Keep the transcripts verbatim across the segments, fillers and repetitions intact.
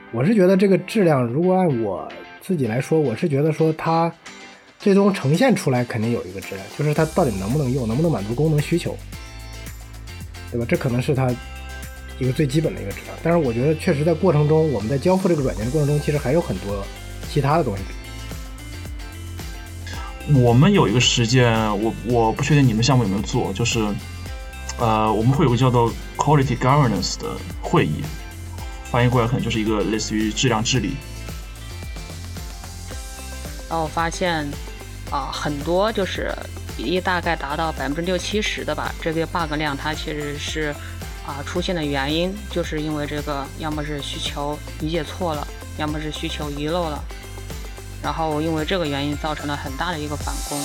我是觉得这个质量，如果按我自己来说，我是觉得说它最终呈现出来肯定有一个质量，就是它到底能不能用，能不能满足功能需求，对吧？这可能是它一个最基本的一个质量。但是我觉得确实在过程中，我们在交付这个软件的过程中，其实还有很多其他的东西。 我们有一个实践，我我不确定你们项目有没有做，就是呃，我们会有个叫做 Quality Governance 的会议，翻译过来可能就是一个类似于质量治理。 然后我发现啊、呃，很多就是比例大概达到百分之六七十的吧，这个 bug 量它其实是啊、呃、出现的原因，就是因为这个要么是需求理解错了，要么是需求遗漏了，然后因为这个原因造成了很大的一个返工。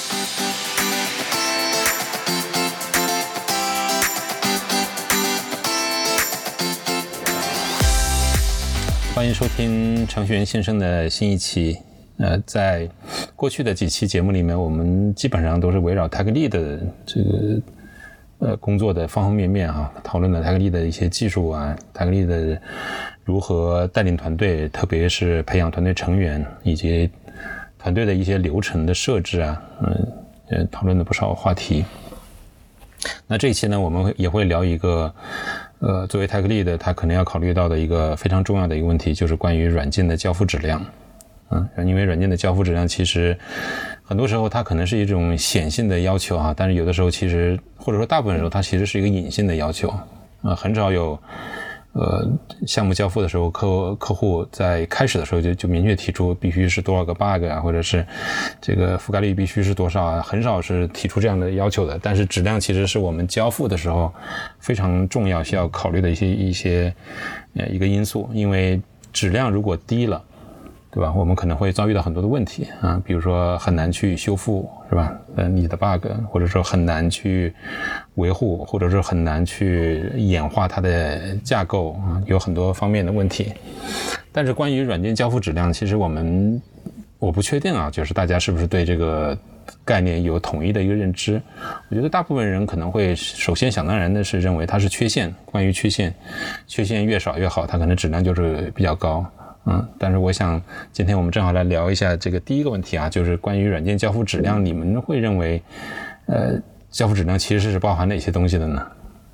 欢迎收听程序员新生的新一期。呃，在过去的几期节目里面，我们基本上都是围绕 Tech Lead 的这个呃工作的方方面面啊，讨论了 Tech Lead 的一些技术啊 ，Tech Lead 的如何带领团队，特别是培养团队成员，以及团队的一些流程的设置啊，嗯，呃，讨论了不少话题。那这一期呢，我们也会聊一个，呃，作为 Tech Lead 他可能要考虑到的一个非常重要的一个问题，就是关于软件的交付质量。嗯，因为软件的交付质量其实很多时候它可能是一种显性的要求啊，但是有的时候其实或者说大部分时候它其实是一个隐性的要求啊、呃，很少有呃项目交付的时候客客户在开始的时候就就明确提出必须是多少个 bug 啊，或者是这个覆盖率必须是多少啊，很少是提出这样的要求的。但是质量其实是我们交付的时候非常重要需要考虑的一些一些呃一个因素，因为质量如果低了。对吧？我们可能会遭遇到很多的问题啊，比如说很难去修复，是吧？呃，你的 bug， 或者说很难去维护，或者是很难去演化它的架构啊，有很多方面的问题。但是关于软件交付质量，其实我们我不确定啊，就是大家是不是对这个概念有统一的一个认知？我觉得大部分人可能会首先想当然的是认为它是缺陷，关于缺陷，缺陷越少越好，它可能质量就是比较高。嗯，但是我想今天我们正好来聊一下这个第一个问题啊，就是关于软件交付质量，你们会认为呃交付质量其实是包含哪些东西的呢？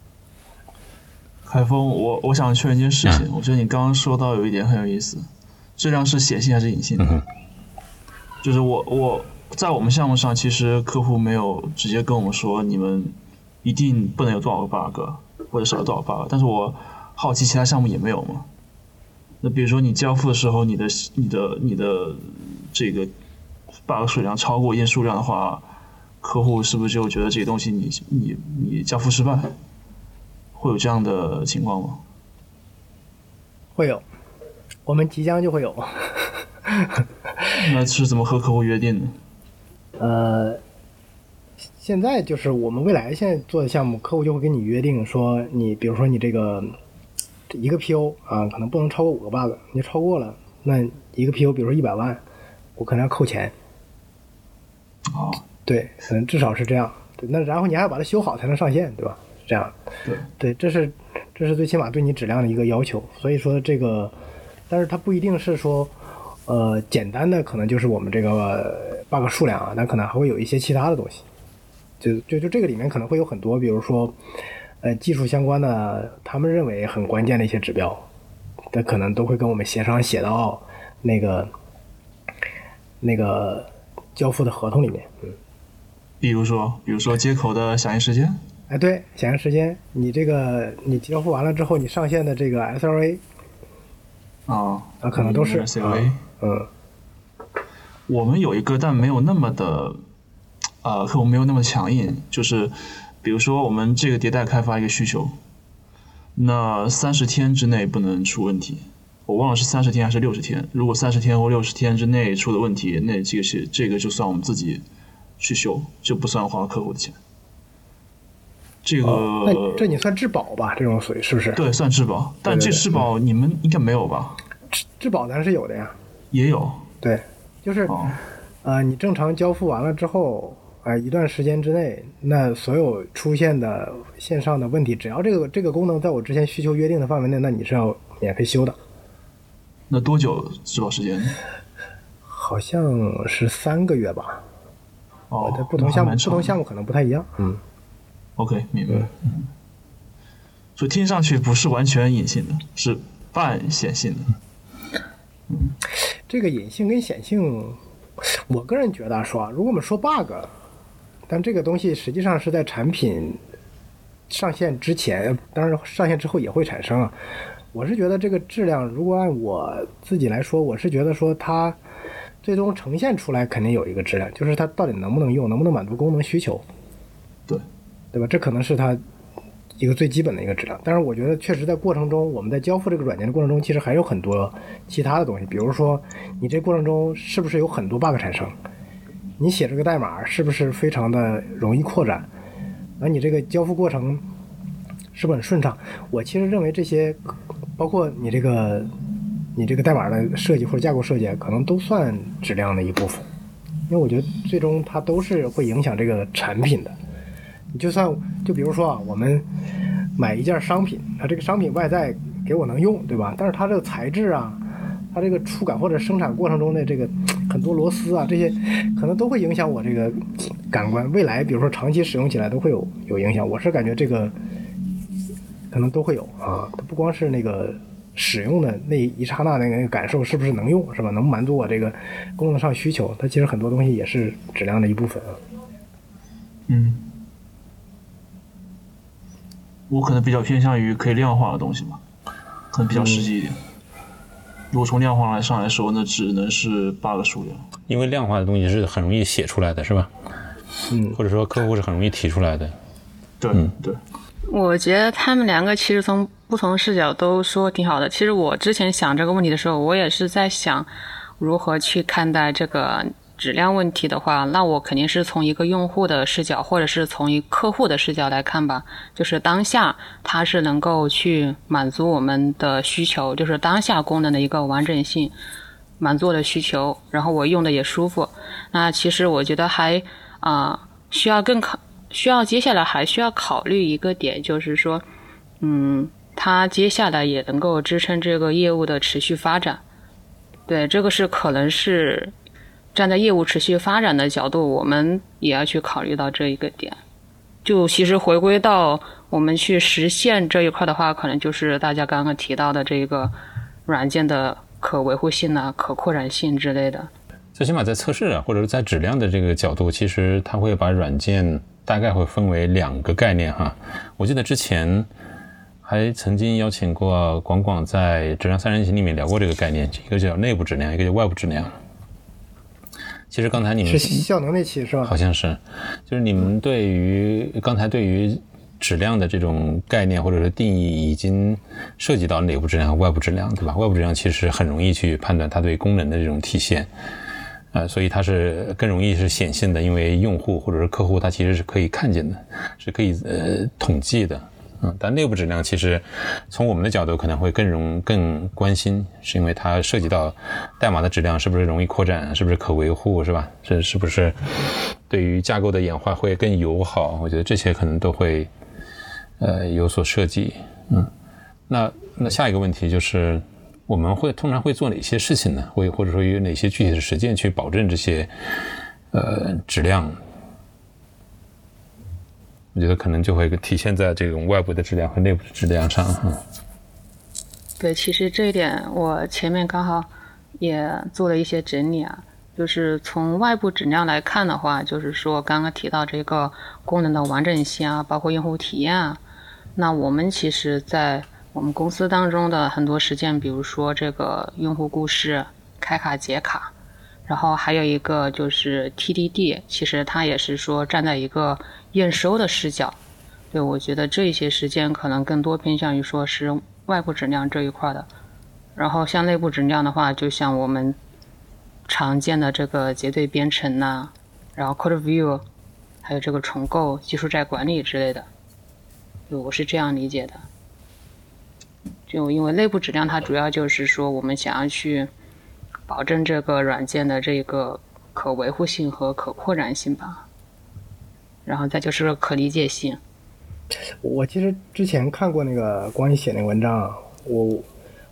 海峰，我我想确认一件事情、嗯、我觉得你刚刚说到有一点很有意思，质量是显性还是隐性的、嗯、就是我我在我们项目上其实客户没有直接跟我们说你们一定不能有多少个 bug 或者少有多少 bug， 但是我好奇其他项目也没有吗？那比如说你交付的时候，你的你的你的这个 bug 数量超过一定数量的话，客户是不是就觉得这个东西你你你交付失败？会有这样的情况吗？ 会有，我们即将就会有。 那是怎么和客户约定的？ 呃，现在就是我们未来现在做的项目，客户就会跟你约定说，你比如说你这个。一个 P O 啊，可能不能超过五个 bug， 你超过了，那一个 P O 比如说一百万，我可能要扣钱。 哦， 对，可能至少是这样。对，那然后你还要把它修好才能上线，对吧？是这样。 对， 对，这是这是最起码对你质量的一个要求。所以说这个，但是它不一定是说，呃，简单的可能就是我们这个 bug 数量啊，那可能还会有一些其他的东西。就就就这个里面可能会有很多，比如说。呃，技术相关的，他们认为很关键的一些指标，这可能都会跟我们协商写到那个那个交付的合同里面。嗯， 比如说，比如说接口的响应时间。 哎，对，响应时间，你这个你交付完了之后，你上线的这个 S L A， 啊， 啊，可能都是 S L A。 嗯， 我们有一个，但没有那么的，呃，客户没有那么强硬，就是。比如说我们这个迭代开发一个需求，那三十天之内不能出问题，我忘了是三十天还是六十天。如果三十天或六十天之内出的问题，那这个是这个就算我们自己去修，就不算花客户的钱。这个、 哦、那这你算质保吧？这种属于是不是？ 对，算质保。但这质保你们应该没有吧？ 质质保咱是有的呀。 也有。 对，就是、哦、呃，你正常交付完了之后。呃，一段时间之内，那所有出现的线上的问题，只要这个这个功能在我之前需求约定的范围内，那你是要免费修的。 那多久质保时间？ 好像是三个月吧。 哦， 的不同项目不同项目可能不太一样。嗯 ，OK， 明白。嗯，所以听上去不是完全隐性的，是半显性的。 嗯，这个隐性跟显性，我个人觉得说，如果我们说 bug， 但这个东西实际上是在产品上线之前，当然上线之后也会产生啊。我是觉得这个质量，如果按我自己来说，我是觉得说它最终呈现出来肯定有一个质量，就是它到底能不能用，能不能满足功能需求， 对对吧？这可能是它一个最基本的一个质量。但是我觉得确实在过程中，我们在交付这个软件的过程中，其实还有很多其他的东西，比如说你这过程中是不是有很多 bug 产生，你写这个代码是不是非常的容易扩展，而你这个交付过程是不是很顺畅。我其实认为这些包括你这个你这个代码的设计或者架构设计可能都算质量的一部分，因为我觉得最终它都是会影响这个产品的。你就算就比如说啊，我们买一件商品，它这个商品外在给我能用，对吧？但是它这个材质啊，它这个触感或者生产过程中的这个很多螺丝啊，这些可能都会影响我这个感官。未来比如说长期使用起来都会有有影响。我是感觉这个可能都会有啊，它不光是那个使用的那一刹那那个感受是不是能用，是吧？能满足我这个功能上需求，它其实很多东西也是质量的一部分啊。 嗯，我可能比较偏向于可以量化的东西吧，可能比较实际一点。嗯、如果从量化来上来说，那只能是bug数量， 因为量化的东西是很容易写出来的，是吧？ 嗯， 或者说客户是很容易提出来的。 对， 嗯， 对。 我觉得他们两个其实从不同视角都说挺好的。其实我之前想这个问题的时候，我也是在想如何去看待这个质量问题的话，那我肯定是从一个用户的视角，或者是从一个客户的视角来看吧。就是当下它是能够去满足我们的需求，就是当下功能的一个完整性，满足我的需求，然后我用的也舒服。那其实我觉得还啊、呃、需要更考。需要接下来还需要考虑一个点，就是说，嗯，它接下来也能够支撑这个业务的持续发展。对，这个是可能是站在业务持续发展的角度，我们也要去考虑到这一个点。就其实回归到我们去实现这一块的话，可能就是大家刚刚提到的这个软件的可维护性啊、可扩展性之类的。 最起码在测试啊，或者是在质量的这个角度，其实它会把软件大概会分为两个概念哈。我记得之前还曾经邀请过广广在质量三人行里面聊过这个概念，一个叫内部质量，一个叫外部质量。其实刚才你们是效能那期是吧？ 好像是，就是你们对于刚才对于质量的这种概念或者是定义已经涉及到内部质量和外部质量，对吧？外部质量其实很容易去判断它对功能的这种体现。呃，所以它是更容易是显性的，因为用户或者是客户他其实是可以看见的，是可以呃统计的，嗯，但内部质量其实从我们的角度可能会更容更关心，是因为它涉及到代码的质量是不是容易扩展，是不是可维护，是吧？这是不是对于架构的演化会更友好？我觉得这些可能都会呃有所涉及，嗯，那那下一个问题就是。我们会通常会做哪些事情呢？会或者说有哪些具体的实践去保证这些呃质量？我觉得可能就会体现在这种外部的质量和内部的质量上。嗯、 对，其实这一点我前面刚好也做了一些整理啊，就是从外部质量来看的话，就是说刚刚提到这个功能的完整性啊，包括用户体验啊，那我们其实在我们公司当中的很多实践，比如说这个用户故事、开卡解卡，然后还有一个就是 T D D， 其实它也是说站在一个验收的视角。对，我觉得这一些实践可能更多偏向于说是外部质量这一块的。然后像内部质量的话，就像我们常见的这个结对编程呐、啊，然后 code review， 还有这个重构、技术债管理之类的。对，我是这样理解的。就因为内部质量它主要就是说我们想要去保证这个软件的这个可维护性和可扩展性吧，然后再就是可理解性。 我其实之前看过那个关于写那个文章，我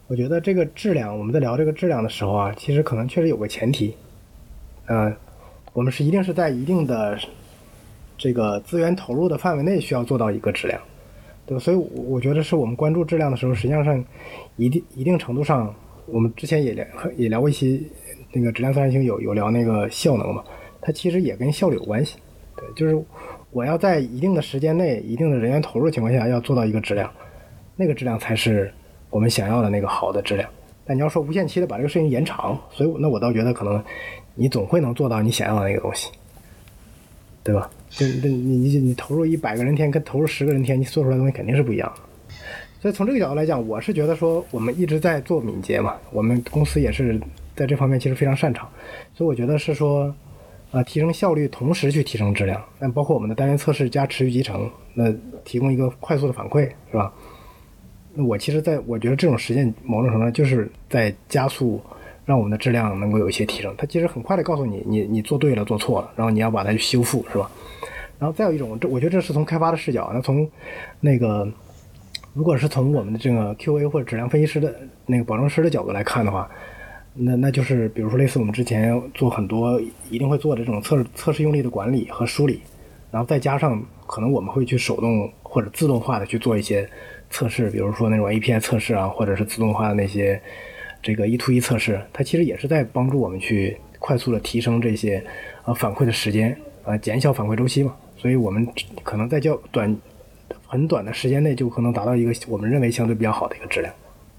我觉得这个质量，我们在聊这个质量的时候啊，其实可能确实有个前提，呃，我们是一定是在一定的这个资源投入的范围内需要做到一个质量，对吧？所以我觉得是我们关注质量的时候，实际上上一定一定程度上，我们之前也聊也聊过一期那个质量自然性有有聊那个效能嘛，它其实也跟效率有关系，对，就是我要在一定的时间内、一定的人员投入的情况下，要做到一个质量，那个质量才是我们想要的那个好的质量。但你要说无限期的把这个事情延长，所以那我倒觉得可能你总会能做到你想要的那个东西，对吧？就你你你投入一百个人天跟投入十个人天，你做出来的东西肯定是不一样的。所以从这个角度来讲，我是觉得说我们一直在做敏捷嘛，我们公司也是在这方面其实非常擅长，所以我觉得是说。呃，提升效率，同时去提升质量，但包括我们的单元测试加持续集成，那提供一个快速的反馈，是吧？那我其实在我觉得这种实践某种程度上就是在加速，让我们的质量能够有一些提升。它其实很快的告诉你，你你做对了，做错了，然后你要把它去修复，是吧？然后再有一种，这我觉得这是从开发的视角，那从那个如果是从我们的这个 Q A 或者质量分析师的那个保证师的角度来看的话。那那就是比如说类似我们之前做很多一定会做的这种测测试用例的管理和梳理，然后再加上可能我们会去手动或者自动化的去做一些测试，比如说那种 A P I 测试啊，或者是自动化的那些这个一 to 一测试，它其实也是在帮助我们去快速的提升这些呃反馈的时间，呃减小反馈周期嘛。所以我们可能在较短很短的时间内就可能达到一个我们认为相对比较好的一个质量。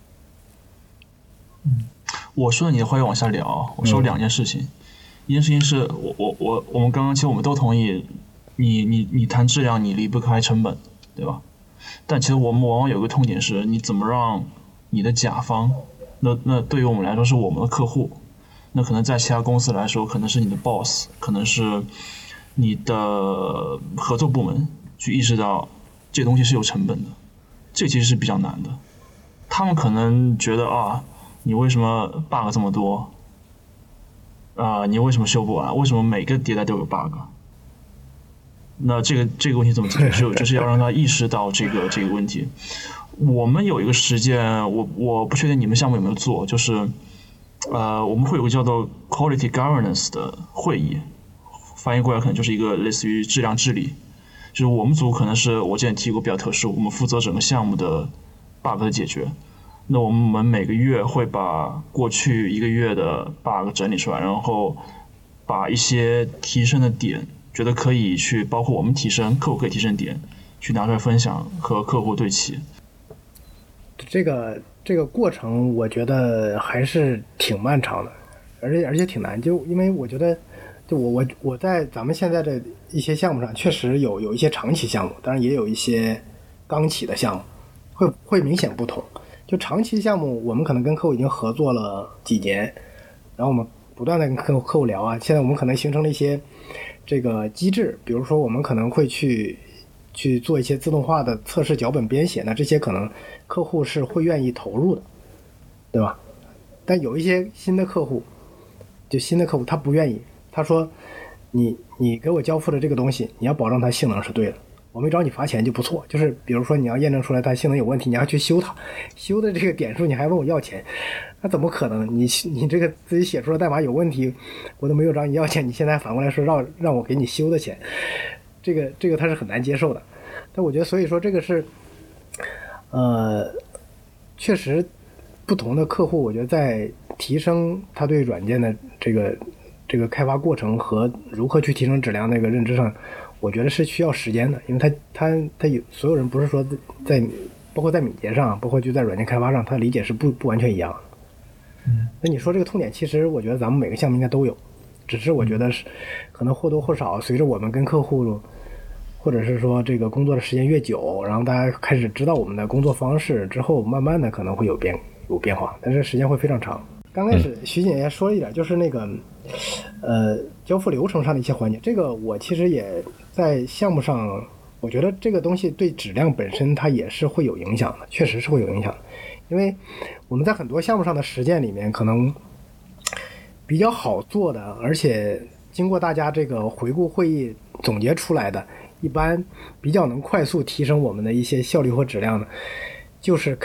嗯。我说的你的话要往下聊，我说两件事情，嗯、一件事情是我我我我们刚刚其实我们都同意，你你你谈质量你离不开成本，对吧？但其实我们往往有个痛点是，你怎么让你的甲方，那那对于我们来说是我们的客户，那可能在其他公司来说可能是你的 boss， 可能是你的合作部门去意识到这东西是有成本的，这其实是比较难的。他们可能觉得啊。你为什么 bug 这么多？啊、呃，你为什么修不完？为什么每个迭代都有 bug？ 那这个这个问题怎么解决？就是要让他意识到这个这个问题。我们有一个实践，我我不确定你们项目有没有做，就是呃，我们会有个叫做 quality governance 的会议，翻译过来可能就是一个类似于质量治理。就是我们组可能是我之前提过比较特殊，我们负责整个项目的 bug 的解决。那我们每个月会把过去一个月的 bug 整理出来，然后把一些提升的点，觉得可以去包括我们提升、客户可以提升点，去拿出来分享和客户对齐。 这个这个过程，我觉得还是挺漫长的，而且而且挺难。就因为我觉得，就我我我在咱们现在的一些项目上，确实有有一些长期项目，当然也有一些刚起的项目，会会明显不同。就长期项目，我们可能跟客户已经合作了几年，然后我们不断的跟客户客户聊啊，现在我们可能形成了一些这个机制，比如说我们可能会去去做一些自动化的测试脚本编写，那这些可能客户是会愿意投入的，对吧？但有一些新的客户，就新的客户他不愿意，他说你你给我交付的这个东西，你要保证它性能是对的。我没找你罚钱就不错，就是比如说你要验证出来它性能有问题，你要去修它，修的这个点数你还问我要钱，那怎么可能？你你这个自己写出的代码有问题，我都没有找你要钱，你现在反过来说让让我给你修的钱，这个这个他是很难接受的。但我觉得，所以说这个是，呃，确实不同的客户，我觉得在提升他对软件的这个这个开发过程和如何去提升质量那个认知上。我觉得是需要时间的，因为他他他有所有人不是说在包括在敏捷上，包括就在软件开发上，他理解是不不完全一样的。嗯，那你说这个痛点，其实我觉得咱们每个项目应该都有，只是我觉得是可能或多或少随着我们跟客户，或者是说这个工作的时间越久，然后大家开始知道我们的工作方式之后，慢慢的可能会有变有变化，但是时间会非常长。刚开始徐锦也说了一点，就是那个呃交付流程上的一些环节，这个我其实也在项目上，我觉得这个东西对质量本身它也是会有影响的，确实是会有影响的。因为我们在很多项目上的实践里面，可能比较好做的，而且经过大家这个回顾会议总结出来的，一般比较能快速提升我们的一些效率和质量的，就是开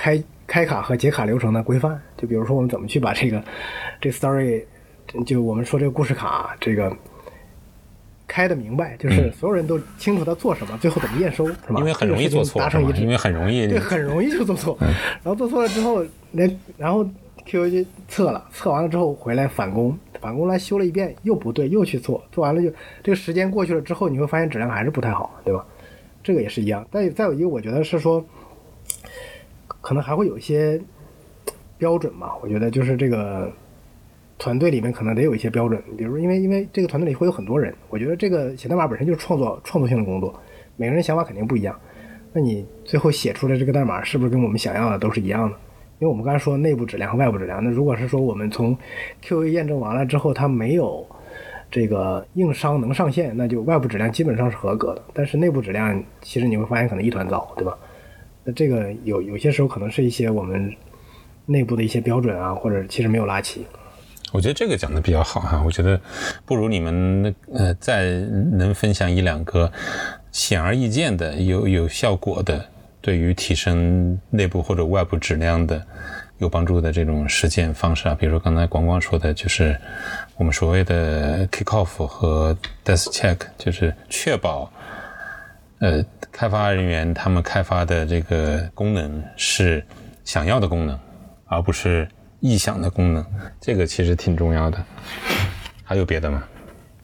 开卡和解卡流程的规范，就比如说我们怎么去把这个这 story， 就我们说这个故事卡这个开的明白，就是所有人都清楚他做什么，嗯、最后怎么验收，是吧？ 因为很容易做错， 达成一致， 因为很容易， 对，很容易就做错。嗯、然后做错了之后，那然后 Q A 就测了，测完了之后回来返工，返工来修了一遍，又不对，又去做，做完了就这个时间过去了之后，你会发现质量还是不太好，对吧？这个也是一样。但再有一个，我觉得是说，可能还会有一些标准嘛。我觉得就是这个团队里面可能得有一些标准，比如因为因为这个团队里会有很多人，我觉得这个写代码本身就是创作创作性的工作，每个人想法肯定不一样。那你最后写出来这个代码是不是跟我们想要的都是一样的？因为我们刚才说内部质量和外部质量，那如果是说我们从 Q A 验证完了之后，它没有这个硬伤能上线，那就外部质量基本上是合格的，但是内部质量其实你会发现可能一团糟，对吧？那这个有有些时候可能是一些我们内部的一些标准啊，或者其实没有拉齐。 我觉得这个讲的比较好哈，我觉得不如你们呃再能分享一两个显而易见的有有效果的，对于提升内部或者外部质量的有帮助的这种实践方式啊，比如说刚才广广说的，就是我们所谓的 kickoff 和 death check， 就是确保呃开发人员他们开发的这个功能是想要的功能，而不是臆想的功能，这个其实挺重要的。还有别的吗？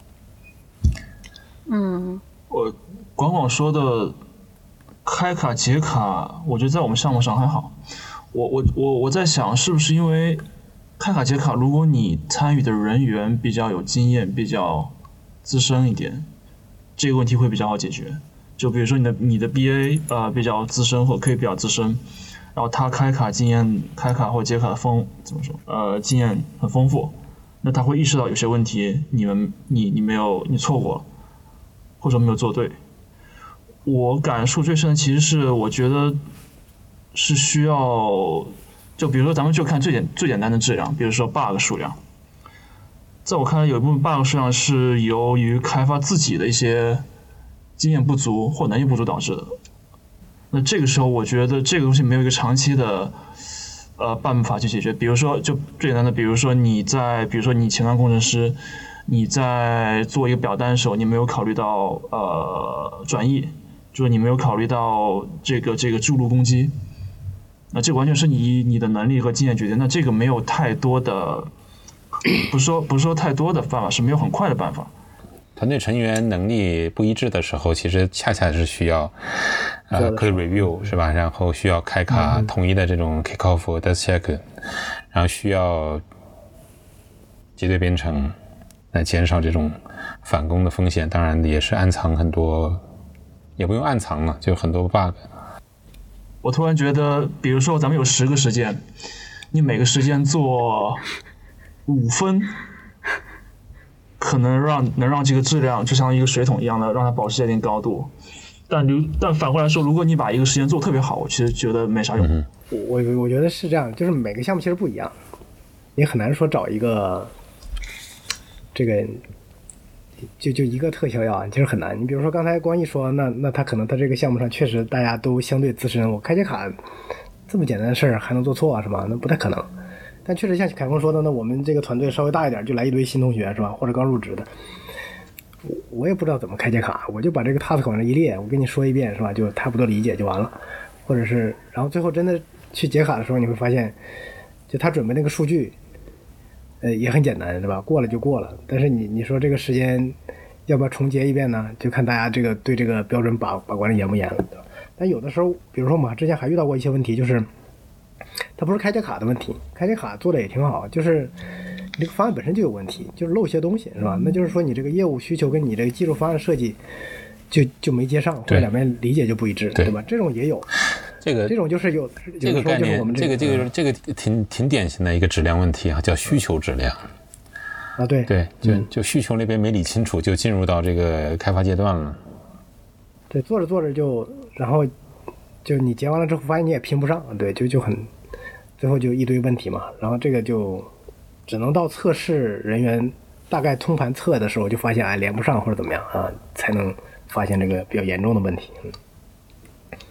嗯， 我广广说的开卡解卡，我觉得在我们项目上还好。我我我我在想，是不是因为开卡解卡，如果你参与的人员比较有经验、比较资深一点，这个问题会比较好解决。就比如说你的你的 B A 呃比较资深，或者可以比较资深，然后他开卡经验、开卡或解卡的丰怎么说？呃，经验很丰富，那他会意识到有些问题你们你你没有你错过了，或者没有做对。我感触最深的其实是我觉得是需要，就比如说咱们就看最简最简单的质量，比如说 bug 数量，在我看来有一部分 bug 数量是由于开发自己的一些经验不足或能力不足导致的。那这个时候我觉得这个东西没有一个长期的呃办法去解决。比如说就最简单的，比如说你在比如说你前端工程师你在做一个表单的时候，你没有考虑到呃转译，就是你没有考虑到这个这个注入攻击，那这完全是你你的能力和经验决定。那这个没有太多的，不是说不是说太多的办法，是没有很快的办法。 团队成员能力不一致的时候，其实恰恰是需要呃 code review 是吧？然后需要开卡统一的这种 kickoff death check， 然后需要结对编程来减少这种返工的风险。当然也是暗藏很多，也不用暗藏了，就很多 bug。 我突然觉得，比如说咱们有十个实践，你每个实践做五分，可能让能让这个质量就像一个水桶一样的让它保持在一定高度。但但反过来说，如果你把一个实践做得特别好，我其实觉得没啥用。 嗯、我我觉得是这样，就是每个项目其实不一样，你很难说找一个这个。就就一个特效药啊，其实很难。你比如说刚才光一说，那那他可能他这个项目上确实大家都相对资深，我开解卡这么简单的事儿还能做错啊，是吧？那不太可能。但确实像凯峰说的，那我们这个团队稍微大一点，就来一堆新同学，是吧？或者刚入职的，我也不知道怎么开解卡，我就把这个 task 往上一列，我跟你说一遍，是吧？就差不多理解就完了。或者是，然后最后真的去解卡的时候，你会发现，就他准备那个数据。呃，也很简单，对吧？过了就过了。但是你你说这个时间要不要重结一遍呢？就看大家这个对这个标准把把关的严不严了，对吧？但有的时候，比如说我们之前还遇到过一些问题，就是它不是开解卡的问题，开解卡做的也挺好，就是你这个方案本身就有问题，就是漏些东西，是吧？那就是说你这个业务需求跟你这个技术方案设计就就没接上，或者两边理解就不一致， 对, 对吧？这种也有。 这个这种就是有这个概念，这个这个这个挺挺典型的一个质量问题啊，叫需求质量啊，对对，就就需求那边没理清楚，就进入到这个开发阶段了。 对，做着做着就，然后就你结完了之后，发现你也拼不上，对，就就很，最后就一堆问题嘛。然后这个就只能到测试人员大概通盘测的时候，就发现哎连不上或者怎么样啊，才能发现这个比较严重的问题。嗯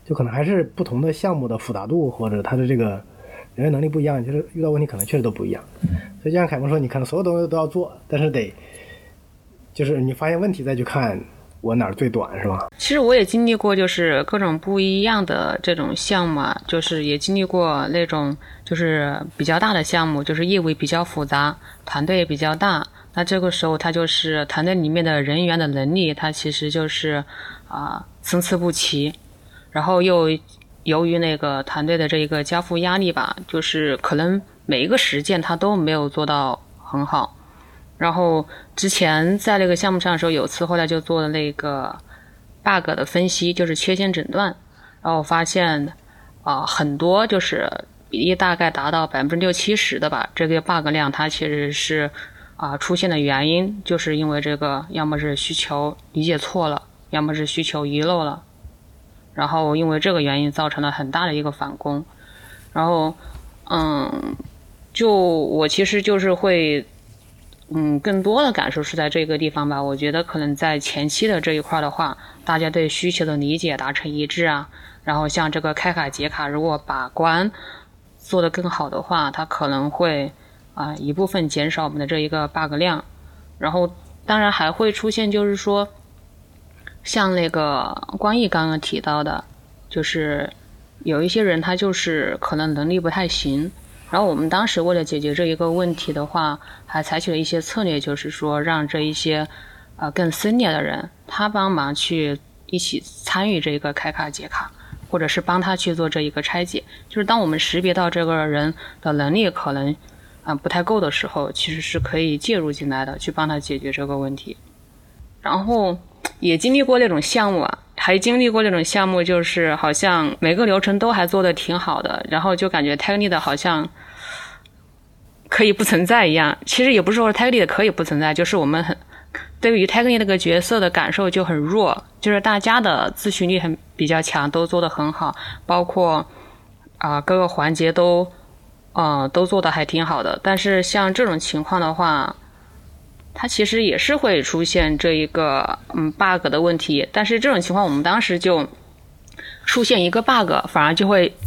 就可能还是不同的项目的复杂度或者它的这个人员能力不一样，就是遇到问题可能确实都不一样。所以就像凯蒙说，你可能所有东西都要做，但是得就是你发现问题再去看我哪儿最短，是吧？ 其实我也经历过，就是各种不一样的这种项目啊，就是也经历过那种就是比较大的项目，就是业务比较复杂，团队也比较大。那这个时候，它就是团队里面的人员的能力，它其实就是啊、呃、参差不齐，然后又由于那个团队的这一个交付压力吧，就是可能每一个实践它都没有做到很好。然后之前在那个项目上的时候，有次后来就做了那个 bug 的分析，就是缺陷诊断，然后发现啊、呃、很多就是比例大概达到百分之六七十的吧，这个 bug 量它其实是啊、呃、出现的原因，就是因为这个要么是需求理解错了，要么是需求遗漏了，然后因为这个原因造成了很大的一个返工，然后嗯，就我其实就是会。嗯，更多的感受是在这个地方吧。我觉得可能在前期的这一块的话，大家对需求的理解达成一致啊。然后像这个开卡解卡，如果把关做得更好的话，它可能会啊、呃、一部分减少我们的这一个 bug 量。然后当然还会出现，就是说像那个光毅刚刚提到的，就是有一些人他就是可能能力不太行。然后我们当时为了解决这一个问题的话，还采取了一些策略，就是说让这一些呃更 senior 的人，他帮忙去一起参与这个开卡解卡，或者是帮他去做这一个拆解。就是当我们识别到这个人的能力可能啊、呃、不太够的时候，其实是可以介入进来的，去帮他解决这个问题。然后也经历过那种项目啊。还经历过这种项目，就是好像每个流程都还做得挺好的，然后就感觉 tech lead 好像可以不存在一样。其实也不是说 tech lead 可以不存在，就是我们很对于 tech lead 那个角色的感受就很弱，就是大家的自驱力很比较强，都做得很好，包括啊、呃、各个环节都呃都做得还挺好的。但是像这种情况的话，它其实也是会出现这一个嗯 bug 的问题，但是这种情况我们当时就出现一个 bug， 反而就会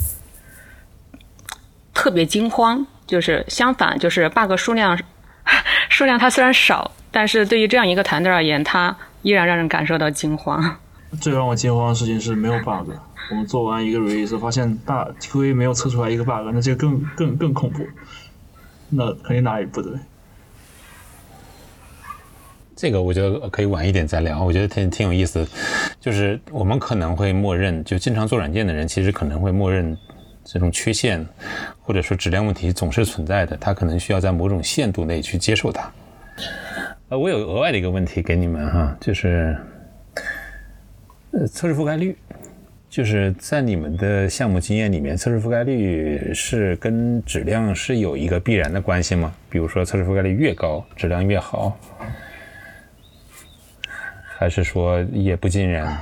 特别惊慌，就是相反，就是 bug 数量数量它虽然少，但是对于这样一个团队而言，它依然让人感受到惊慌。 最让我惊慌的事情是没有 bug， 我们做完一个 release 发现大 Q A 没有测出来一个 bug， 那这个更更更恐怖，那肯定哪里不对。 这个我觉得可以晚一点再聊，我觉得挺挺有意思。就是我们可能会默认，就经常做软件的人，其实可能会默认这种缺陷或者说质量问题总是存在的，他可能需要在某种限度内去接受它。呃，我有额外的一个问题给你们哈，就是呃测试覆盖率，就是在你们的项目经验里面，测试覆盖率是跟质量是有一个必然的关系吗？比如说测试覆盖率越高，质量越好。还是说也不尽然？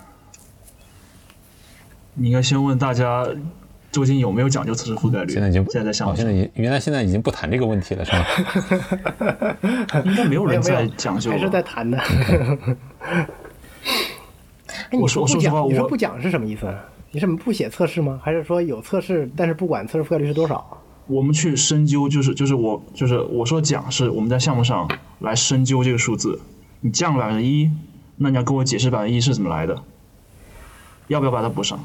你应该先问大家究竟有没有讲究测试覆盖率。 现在已经现在在想、 哦，现在已原来现在已经不谈这个问题了，是吗？ 应该没有人在讲究， 还是在谈的。哎， 我说我说实话， 你说不讲是什么意思？你是不写测试吗？还是说有测试，但是不管测试覆盖率是多少？ 我们去深究，就是就是我就是我说讲是我们在项目上来深究这个数字，你降了百分之一。那你要跟我解释百分之一是怎么来的，要不要把它补上？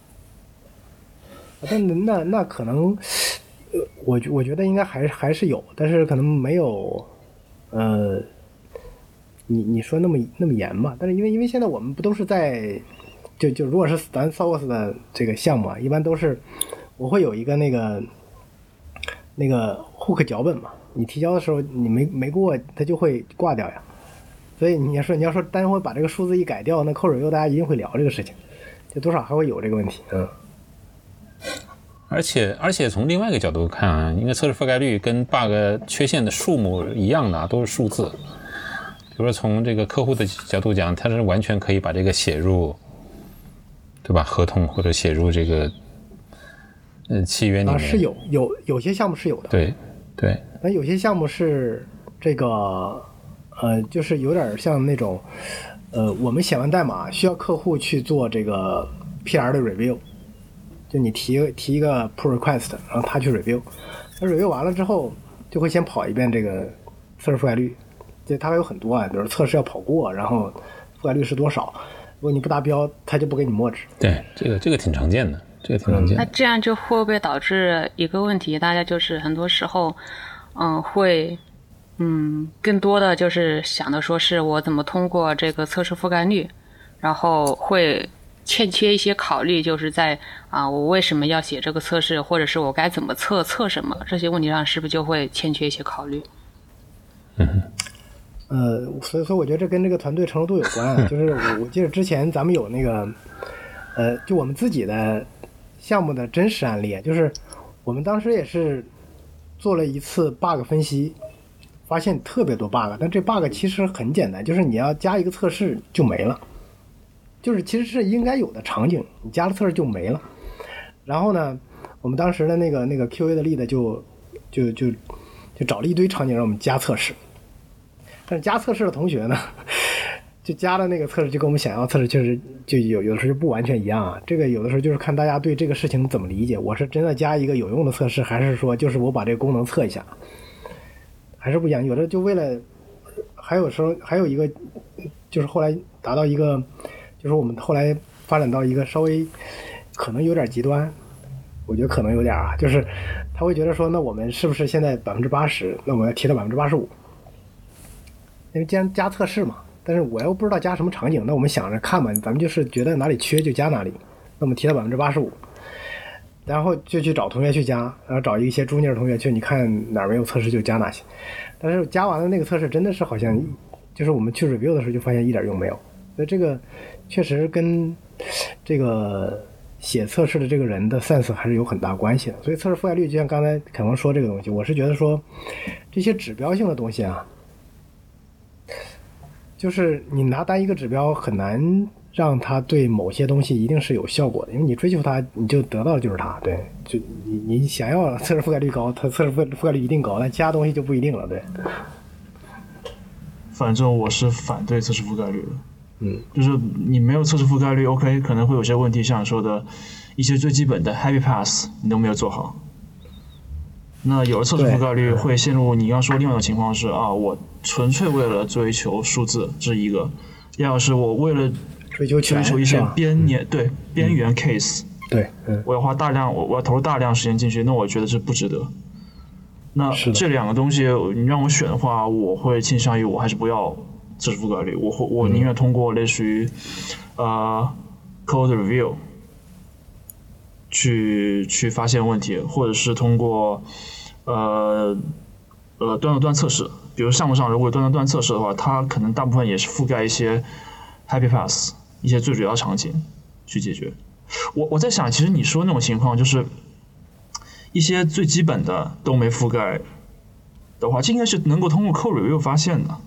但那那可能，呃，我我觉得应该还还是有，但是可能没有，呃，你你说那么那么严吧？但是因为因为现在我们不都是在，就就如果是咱 S O S 的这个项目啊，一般都是我会有一个那个那个 hook 脚本嘛，你提交的时候你没没过，它就会挂掉呀。所以你要说你要说单会把这个数字一改掉，那 code review 大家一定会聊这个事情，就多少还会有这个问题。嗯。 而且而且从另外一个角度看啊，因为测试覆盖率跟 bug 缺陷的数目一样的，都是数字。比如说从这个客户的角度讲，他是完全可以把这个写入，对吧？合同或者写入这个呃契约里面。啊， 是有有有些项目是有的。 对对。 那有些项目是这个。呃，就是有点像那种，呃，我们写完代码需要客户去做这个 P R 的 review， 就你提提一个 pull request， 然后他去 review， 他 review 完了之后就会先跑一遍这个测试覆盖率，就它有很多啊，比如测试要跑过，然后覆盖率是多少，如果你不达标，他就不给你默指。 对，这个这个挺常见的，这个挺常见的。 那这样就会不会导致一个问题？大家就是很多时候，嗯，会，嗯，更多的就是想的说是我怎么通过这个测试覆盖率，然后会欠缺一些考虑，就是在啊，我为什么要写这个测试，或者是我该怎么测测什么这些问题上，是不是就会欠缺一些考虑？ 嗯。 呃，所以说我觉得这跟这个团队成熟度有关啊。就是我我记得之前咱们有那个，呃，就我们自己的项目的真实案例，就是我们当时也是做了一次 bug 分析，发现特别多 bug， 但这 bug 其实很简单，就是你要加一个测试就没了，就是其实是应该有的场景，你加了测试就没了。然后呢，我们当时的那个那个 Q A 的 lead 就就就就找了一堆场景让我们加测试。但是加测试的同学呢，就加的那个测试就跟我们想要测试确实就有有的时候就不完全一样啊。这个有的时候就是看大家对这个事情怎么理解，我是真的加一个有用的测试，还是说就是我把这个功能测一下，还是不一样。有的就为了，还有时候还有一个就是后来达到一个，就是我们后来发展到一个稍微可能有点极端，我觉得可能有点啊，就是他会觉得说，那我们是不是现在百分之八十，那我们要提到百分之八十五？因为既然加测试嘛，但是我又不知道加什么场景，那我们想着看吧，咱们就是觉得哪里缺就加哪里，那我们提到百分之八十五，然后就去找同学去加，然后找一些 junior 同学去，你看哪儿没有测试就加哪些。但是加完了那个测试真的是好像，就是我们去 review 的时候就发现一点用没有，所以这个确实跟这个写测试的这个人的 sense 还是有很大关系的。所以测试覆盖率就像刚才凯文说这个东西，我是觉得说这些指标性的东西啊，就是你拿单一个指标很难让它对某些东西一定是有效果的，因为你追求它，你就得到的就是它。对，就你你想要测试覆盖率高，它测试覆覆盖率一定高，但其他东西就不一定了。对。 反正我是反对测试覆盖率的。 嗯， 就是你没有测试覆盖率 ，OK， 可能会有些问题，像你说的一些最基本的 happy pass 你都没有做好。那有了测试覆盖率，会陷入你刚说另外一种情况是啊，我纯粹为了追求数字，这是一个；第二个是我为了追求追求一些边缘对边缘 case，、 嗯、对、嗯， 我要花大量我我要投入大量时间进去，那我觉得这不值得。那这两个东西你让我选的话，我会倾向于我还是不要测试覆盖率，我会我宁愿通过类似于、嗯、呃 code review 去去发现问题，或者是通过呃呃端到端测试。比如项目上如果端到端测试的话，它可能大部分也是覆盖一些 happy pass 一些最主要场景去解决。我我在想，其实你说那种情况就是一些最基本的都没覆盖的话，这应该是能够通过 code review 发现的。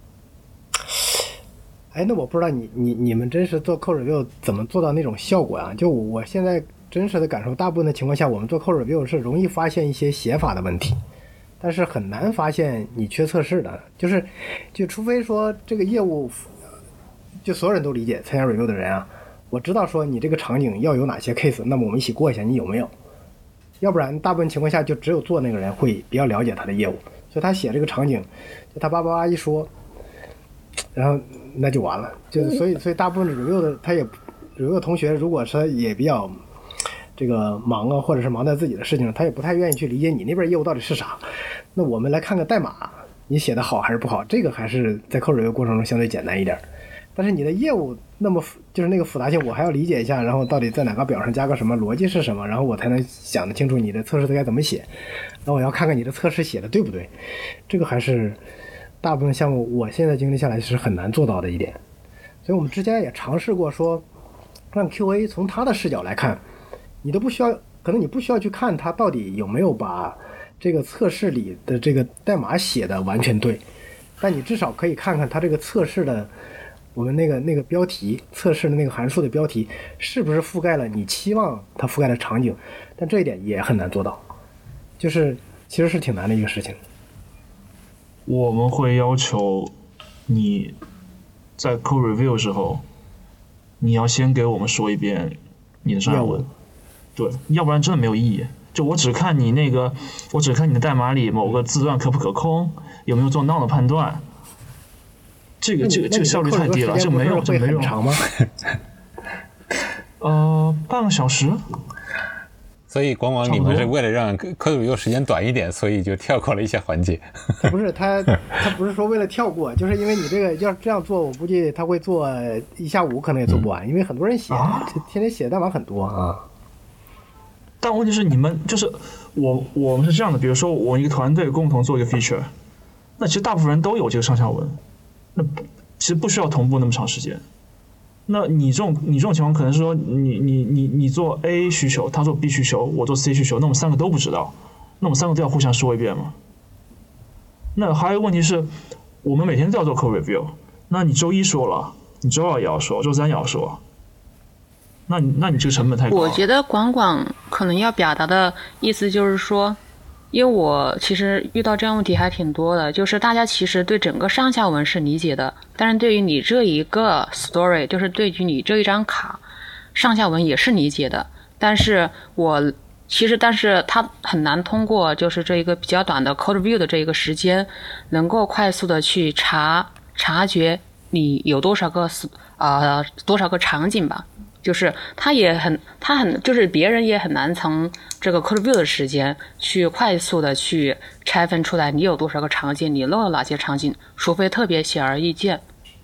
哎，那我不知道你你你们真实做 code review 怎么做到那种效果啊？就我现在真实的感受，大部分的情况下，我们做 code review 是容易发现一些写法的问题，但是很难发现你缺测试的。就是，就除非说这个业务，就所有人都理解参加 review 的人啊，我知道说你这个场景要有哪些 case， 那么我们一起过一下，你有没有？要不然大部分情况下就只有做那个人会比较了解他的业务，所以他写这个场景，就他叭叭叭一说，然后那就完了。就所以所以大部分 review 的他也 review 的同学，如果说也比较这个忙啊，或者是忙在自己的事情上，他也不太愿意去理解你那边业务到底是啥。那我们来看看代码，你写的好还是不好，这个还是在 code review 过程中相对简单一点。但是你的业务那么就是那个复杂性，我还要理解一下，然后到底在哪个表上加个什么，逻辑是什么，然后我才能想得清楚你的测试该怎么写。那我要看看你的测试写的对不对，这个还是大部分项目我现在经历下来是很难做到的一点。所以我们之前也尝试过说，让 Q A 从他的视角来看，你都不需要，可能你不需要去看他到底有没有把这个测试里的这个代码写的完全对，但你至少可以看看他这个测试的我们那个那个标题，测试的那个函数的标题是不是覆盖了你期望它覆盖的场景，但这一点也很难做到，就是其实是挺难的一个事情。 我们会要求你在 code review 的时候，你要先给我们说一遍你的上下文，对，要不然真的没有意义。就我只看你那个，我只看你的代码里某个字段可不可空，有没有做 null 的判断，这个这个这个效率太低了，这没有这没有长吗？ 呃，半个小时。 所以往往你们是为了让 code review 时间短一点，所以就跳过了一些环节。 他不是他他不是说为了跳过，就是因为你这个要这样做，我估计他会做一下午可能也做不完，嗯、因为很多人写，啊、天天写代码很多啊。 但问题是你们就是我我们是这样的，比如说我一个团队共同做一个 feature， 那其实大部分人都有这个上下文，那其实不需要同步那么长时间。那你这种你这种情况可能是说你你你你做 A 需求，他做 B 需求，我做 C 需求，那我们三个都不知道，那我们三个都要互相说一遍吗？那还有一个问题是，我们每天都要做 code review， 那你周一说了，你周二也要说，周三也要说，那你那你这个成本太高了。 我觉得广广可能要表达的意思就是说，因为我其实遇到这样问题还挺多的，就是大家其实对整个上下文是理解的，但是对于你这一个 story， 就是对于你这一张卡，上下文也是理解的，但是我其实但是它很难通过就是这一个比较短的 code review 的这一个时间，能够快速的去察察觉你有多少个呃多少个场景吧。就是他也很，他很，就是别人也很难从这个 code review 的时间去快速的去拆分出来你有多少个场景，你漏了哪些场景，除非特别显而易见。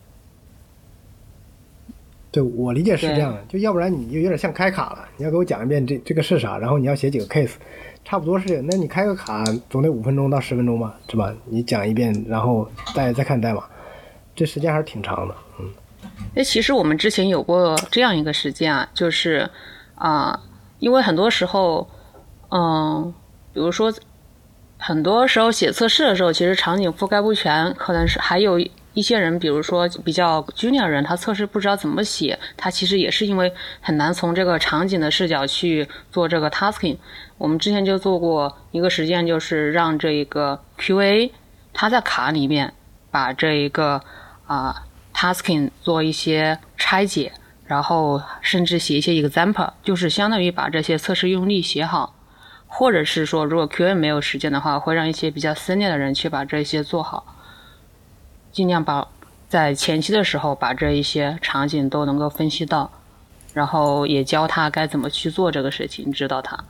对，我理解是这样的，就要不然你就有点像开卡了，你要给我讲一遍这这个是啥，然后你要写几个 case， 差不多是这样。那你开个卡总得五分钟到十分钟吧，是吧？你讲一遍，然后再再看代码，这时间还是挺长的，嗯。 哎，其实我们之前有过这样一个实践啊，就是啊、呃，因为很多时候，嗯、呃，比如说很多时候写测试的时候，其实场景覆盖不全，可能是还有一些人，比如说比较 junior 人，他测试不知道怎么写，他其实也是因为很难从这个场景的视角去做这个 tasking。我们之前就做过一个实践，就是让这个 Q A 他在卡里面把这一个啊。呃tasking 做一些拆解，然后甚至写一些 example， 就是相当于把这些测试用例写好，或者是说如果 Q A 没有时间的话，会让一些比较 senior 的人去把这些做好，尽量把在前期的时候把这一些场景都能够分析到，然后也教他该怎么去做这个事情，指导他。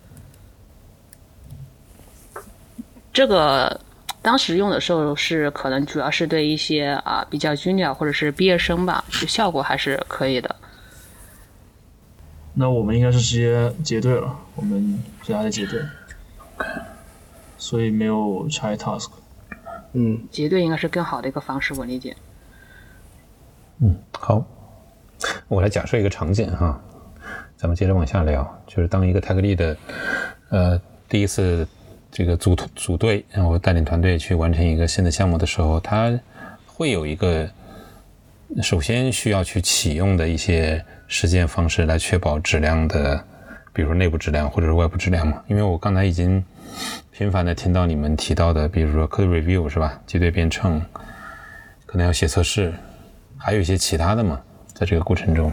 这个当时用的时候是可能主要是对一些啊比较 junior 或者是毕业生吧，就效果还是可以的。 那我们应该是直接结对了，我们直接结对，所以没有拆 task。 嗯， 结对应该是更好的一个方式，我理解。 嗯，好，我来假设一个场景哈，咱们接着往下聊，就是当一个 tech lead 的呃第一次。这个组组队，然后带领团队去完成一个新的项目的时候，他会有一个首先需要去启用的一些实践方式来确保质量的，比如说内部质量或者是外部质量嘛。因为我刚才已经频繁的听到你们提到的，比如说 code review 是吧，结对编程，可能要写测试，还有一些其他的嘛，在这个过程中。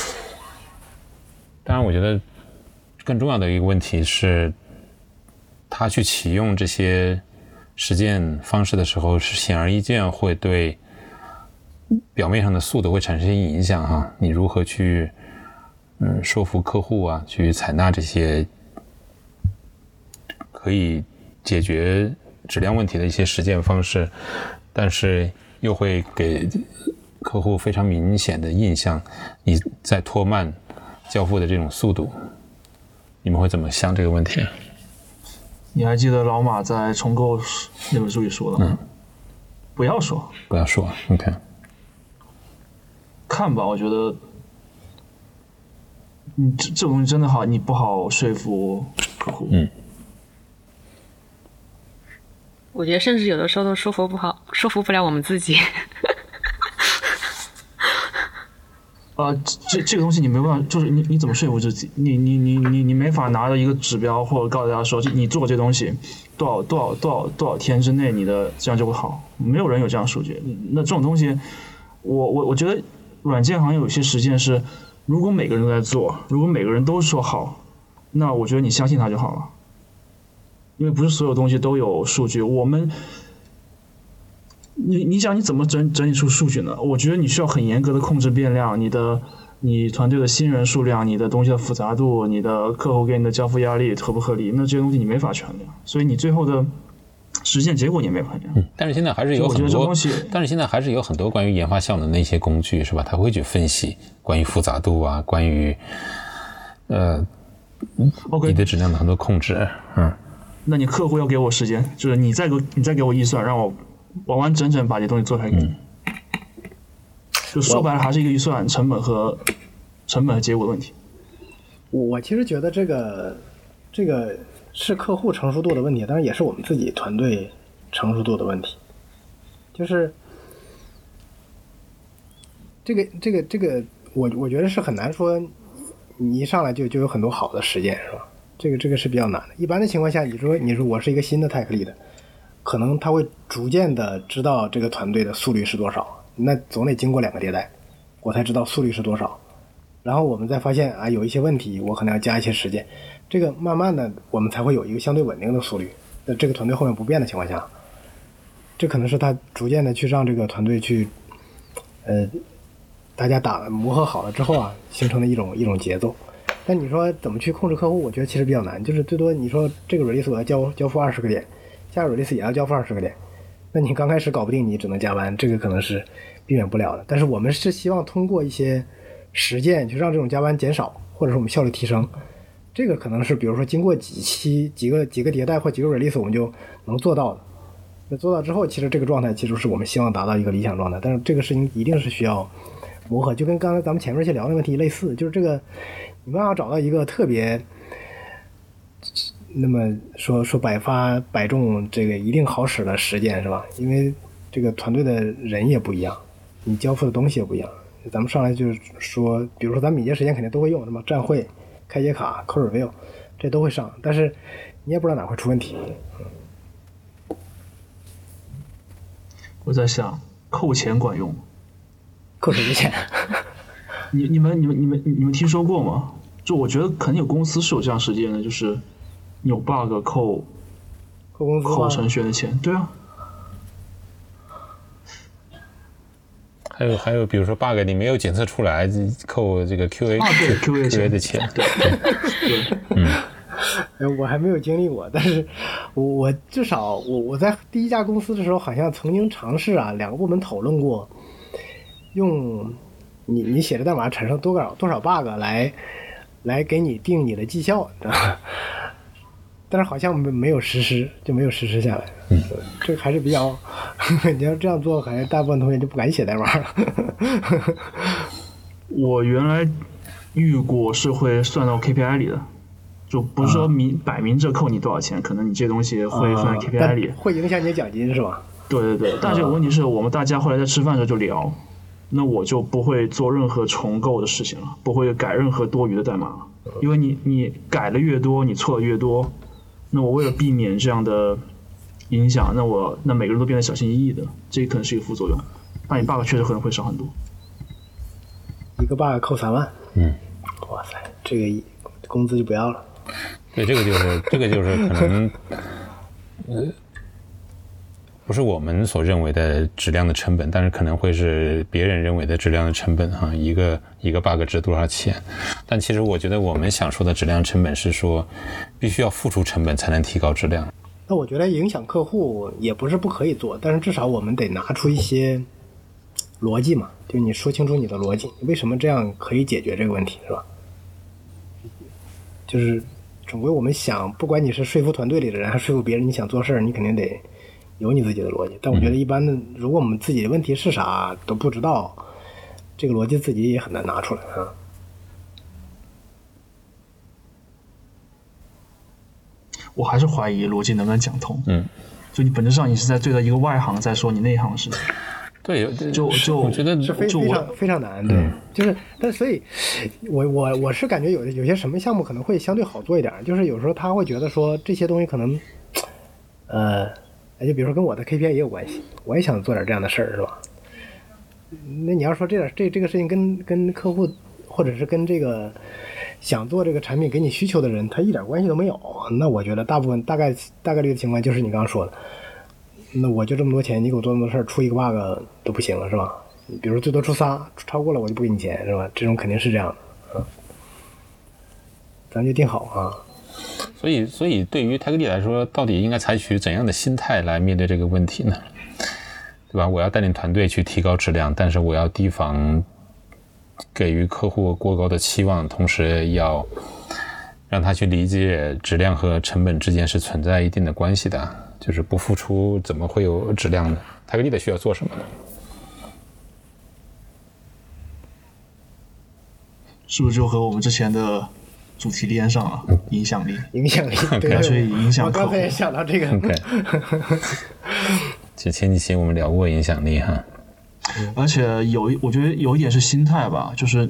当然，我觉得更重要的一个问题是。他去启用这些实践方式的时候，是显而易见会对表面上的速度会产生一些影响哈。你如何去嗯说服客户啊，去采纳这些可以解决质量问题的一些实践方式，但是又会给客户非常明显的印象，你在拖慢交付的这种速度，你们会怎么想这个问题？ 你还记得老马在重构那本书里说的吗？嗯，不要说， 不要说 ，OK。 看吧，我觉得，你这这种东西真的好，你不好说服客户。 嗯。 我觉得甚至有的时候都说服不好，说服不了我们自己。 呃，这这个东西你没办法，就是你你怎么说服自己？你你你你你没法拿着一个指标或者告诉大家说，你做这东西多少多少多少多少天之内，你的这样就会好。没有人有这样数据。那这种东西，我我我觉得软件行业有些实践是， 如果每个人都在做，如果每个人都说好，那我觉得你相信他就好了。因为不是所有东西都有数据，我们，你你想你怎么整整理出数据呢？我觉得你需要很严格的控制变量，你的你团队的新人数量，你的东西的复杂度，你的客户给你的交付压力合不合理，那这些东西你没法权量，所以你最后的实现结果你也没法量。 嗯，但是现在还是有很多，但是现在还是有很多关于研发项目的那些工具，是吧？他会去分析关于复杂度啊，关于呃 ，OK， 你的质量的很多控制，嗯。 那你客户要给我时间，就是你再给你再给我预算，让我完完整整把这东西做出来给你。嗯、就说白了，还是一个预算成本和成本和结果的问题。 我我其实觉得这个这个是客户成熟度的问题，当然也是我们自己团队成熟度的问题。就是这个这个这个，我我觉得是很难说，你一上来就就有很多好的实践，是吧？这个这个是比较难的。一般的情况下，你说你说我是一个新的 tech lead，可能他会逐渐的知道这个团队的速率是多少，那总得经过两个迭代，我才知道速率是多少。然后我们再发现啊，有一些问题，我可能要加一些时间。这个慢慢的，我们才会有一个相对稳定的速率。那这个团队后面不变的情况下，这可能是他逐渐的去让这个团队去，呃，大家打磨合好了之后啊，形成的一种一种节奏。但你说怎么去控制客户，我觉得其实比较难。就是最多你说这个 release 我要交交付二十个点，下个 release 也要交付二十个点，那你刚开始搞不定，你只能加班，这个可能是避免不了的。但是我们是希望通过一些实践，去让这种加班减少，或者说我们效率提升。这个可能是比如说经过几期、几个几个迭代或几个 release 我们就能做到的。那做到之后，其实这个状态其实是我们希望达到一个理想状态，但是这个事情一定是需要磨合，就跟刚才咱们前面一些聊的问题类似，就是这个你们要找到一个特别那么说说百发百中，这个一定好使的实践，是吧？因为这个团队的人也不一样，你交付的东西也不一样。咱们上来就是说，比如说咱们敏捷实践肯定都会用，什么站会、开解卡、code review， 这都会上，但是你也不知道哪会出问题。 我在想，扣钱管用？ 扣谁的钱？ 你你们你们你们你们听说过吗？就我觉得肯定有公司是有这样实践的，就是你有 bug 扣扣公司扣程序员的钱，对啊。 还有还有，比如说 bug 你没有检测出来，扣这个 Q A、 啊、对 Q A Q A 的钱， 对对对， 嗯。我还没有经历过，但是我我至少我我在第一家公司的时候，好像曾经尝试啊，两个部门讨论过，用你你写的代码产生多少多少 bug 来来给你定你的绩效，但是好像没没有实施，就没有实施下来。 嗯， 这个还是比较，你要这样做，好像大部分同学就不敢写代码了。 我原来遇过是会算到 K P I 里的。就不是说明摆明着扣你多少钱，可能你这东西会放在 K P I 里， 会影响你的奖金是吧？ 对对对，但这个问题是我们大家后来在吃饭的时候就聊，那我就不会做任何重构的事情了，不会改任何多余的代码了，因为你你改的越多，你错的越多，那我为了避免这样的影响，那我那每个人都变得小心翼翼的，这可能是一个副作用，但你 bug 确实可能会少很多。 一个 bug 扣三万， 嗯， 哇塞，这个工资就不要了。 对，这个就是这个就是可能，呃，不是我们所认为的质量的成本，但是可能会是别人认为的质量的成本哈。一个一个 bug 值多少钱？但其实我觉得我们想说的质量成本是说，必须要付出成本才能提高质量。 那我觉得影响客户也不是不可以做，但是至少我们得拿出一些逻辑嘛，就你说清楚你的逻辑，为什么这样可以解决这个问题，是吧？就是总归我们想，不管你是说服团队里的人还是说服别人，你想做事儿，你肯定得有你自己的逻辑。但我觉得一般的，如果我们自己的问题是啥都不知道，这个逻辑自己也很难拿出来啊。 我还是怀疑逻辑能不能讲通。 嗯， 就你本质上你是在对着一个外行在说你内行的事情。 对， 就就我觉得是非非常非常难，对，嗯、就是，但所以，我我我是感觉有有些什么项目可能会相对好做一点，就是有时候他会觉得说这些东西可能，呃，就比如说跟我的 K P I 也有关系，我也想做点这样的事儿，是吧？那你要说这点这这个事情跟跟客户或者是跟这个想做这个产品给你需求的人，他一点关系都没有，那我觉得大部分大概大概率的情况就是你刚刚说的，那我就这么多钱，你给我做那么多事儿，出一个 bug 都不行了，是吧？比如最多出仨，超过了我就不给你钱，是吧？这种肯定是这样的，嗯，咱就定好啊。 所以，所以对于 Tech Lead 来说，到底应该采取怎样的心态来面对这个问题呢？对吧？我要带领团队去提高质量，但是我要提防给予客户过高的期望，同时要让他去理解质量和成本之间是存在一定的关系的。就是不付出怎么会有质量呢？ Tech Lead 需要做什么呢？ 是不是就和我们之前的主题连上了？影响力， 影响力，对， 所以影响我刚才也想到这个。 Okay. 其实前几期我们聊过影响力哈， 而且有，我觉得有一点是心态吧，就是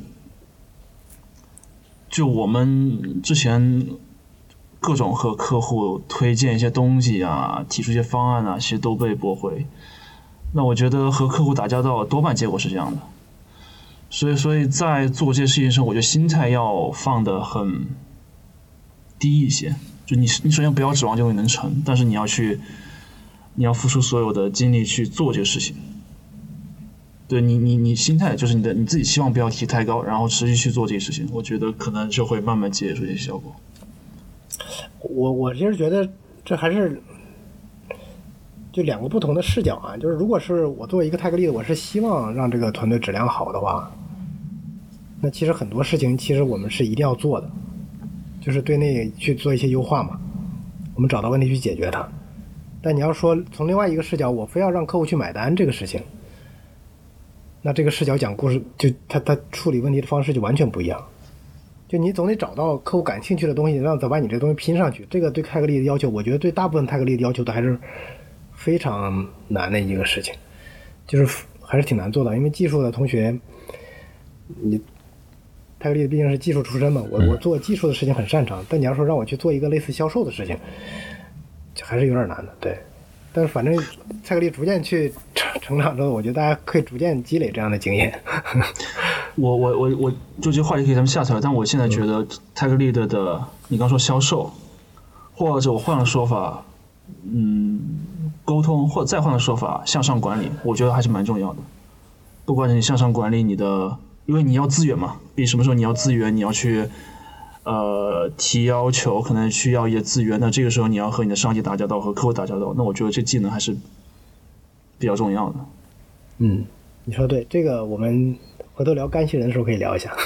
就我们之前各种和客户推荐一些东西啊，提出一些方案啊，其实都被驳回。那我觉得和客户打交道多半结果是这样的。所以，所以在做这些事情上，我觉得心态要放得很低一些。就你，你首先不要指望这东西能成，但是你要去，你要付出所有的精力去做这个事情。对你，你，你心态就是你的，你自己期望不要提太高，然后持续去做这些事情，我觉得可能就会慢慢积累出一些效果。 我我其实觉得这还是就两个不同的视角啊。就是如果是我作为一个Tech Lead，我是希望让这个团队质量好的话。那其实很多事情其实我们是一定要做的，就是对内去做一些优化嘛，我们找到问题去解决它。但你要说从另外一个视角，我非要让客户去买单这个事情，那这个视角讲故事就他他处理问题的方式就完全不一样。就你总得找到客户感兴趣的东西，让再把你这东西拼上去。这个对Tech Lead的要求，我觉得对大部分Tech Lead的要求都还是非常难的一个事情，就是还是挺难做的。因为技术的同学，你Tech Lead毕竟是技术出身嘛，我我做技术的事情很擅长，但你要说让我去做一个类似销售的事情，还是有点难的，对。但是反正Tech Lead逐渐去成长之后，我觉得大家可以逐渐积累这样的经验。 我我我我就这话题可以咱们下次聊，但我现在觉得Tech Lead的，你刚说销售，或者我换个说法，嗯，沟通，或者再换个说法，向上管理，我觉得还是蛮重要的。不管你向上管理你的。因为你要资源嘛，比什么时候你要资源，你要去呃提要求，可能需要一些资源，那这个时候你要和你的上级打交道，和客户打交道，那我觉得这技能还是比较重要的。 嗯，你说对，这个我们回头聊干系人的时候可以聊一下。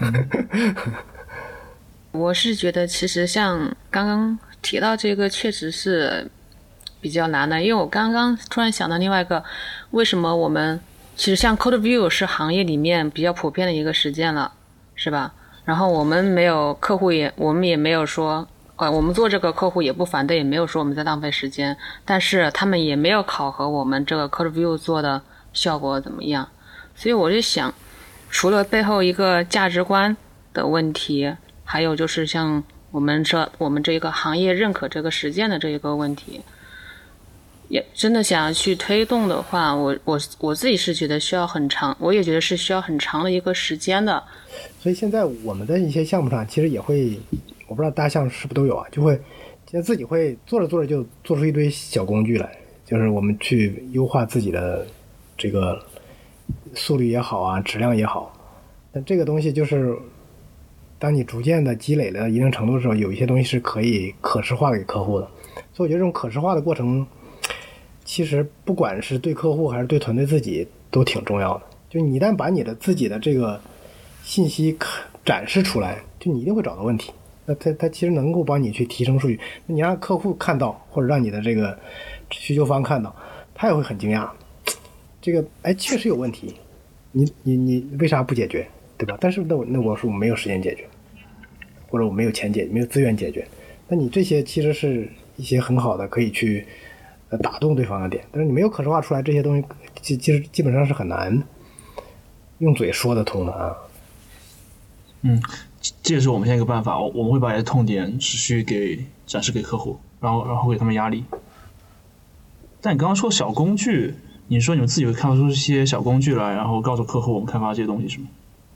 我是觉得其实像刚刚提到这个确实是比较难的，因为我刚刚突然想到另外一个，为什么我们其实像 Code Review 是行业里面比较普遍的一个实践了，是吧？然后我们没有客户也，我们也没有说，呃，我们做这个客户也不反对，也没有说我们在浪费时间，但是他们也没有考核我们这个 Code Review 做的效果怎么样。所以我就想，除了背后一个价值观的问题，还有就是像我们这我们这个行业认可这个实践的这一个问题。也真的想要去推动的话，我我我自己是觉得需要很长，我也觉得是需要很长的一个时间的。 所以现在我们的一些项目上，其实也会，我不知道大项是不是都有啊，就会现在自己会做着做着就做出一堆小工具来，就是我们去优化自己的这个速率也好啊，质量也好。但这个东西就是，当你逐渐的积累了一定程度的时候，有一些东西是可以可视化给客户的。所以我觉得这种可视化的过程，其实不管是对客户还是对团队自己都挺重要的。就你一旦把你的自己的这个信息展示出来，就你一定会找到问题。那它它其实能够帮你去提升数据。那你让客户看到，或者让你的这个需求方看到，他也会很惊讶。这个哎，确实有问题，你你你为啥不解决，对吧？但是那我那我说我没有时间解决，或者我没有钱解决，没有资源解决。那你这些其实是一些很好的可以去打动对方的点，但是你没有可视化出来，这些东西其其实基本上是很难用嘴说得通的啊。 嗯，这也是我们现在一个办法，我们会把一些痛点持续给展示给客户，然后然后给他们压力。但你刚刚说小工具，你说你们自己会开发出一些小工具来，然后告诉客户我们开发这些东西是吗？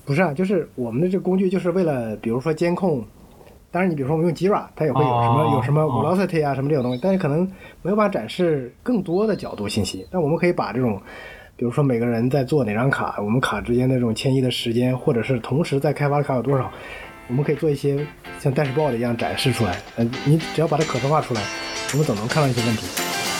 不是啊，就是我们的这个工具就是为了，比如说监控。当然，你比如说我们用 Jira， 它也会有什么、哦、有什么 velocity 啊、哦、什么这种东西，但是可能没有办法展示更多的角度信息。但我们可以把这种，比如说每个人在做哪张卡，我们卡之间的这种迁移的时间，或者是同时在开发的卡有多少，我们可以做一些像 dashboard 一样展示出来。呃，你只要把它可视化出来，我们总能看到一些问题。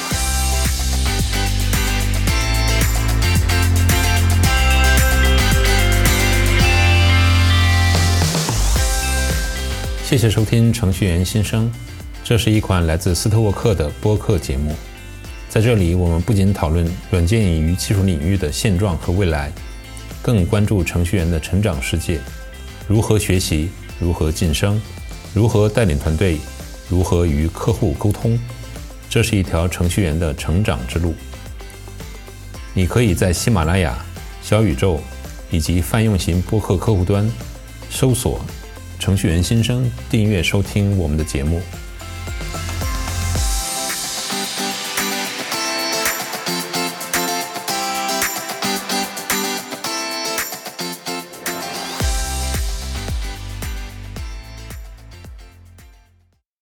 谢谢收听程序员新生，这是一款来自斯特沃克的播客节目。在这里，我们不仅讨论软件与技术领域的现状和未来，更关注程序员的成长世界，如何学习，如何晋升，如何带领团队，如何与客户沟通。这是一条程序员的成长之路。你可以在喜马拉雅、小宇宙以及泛用型播客客户端搜索程序员新生，订阅收听我们的节目。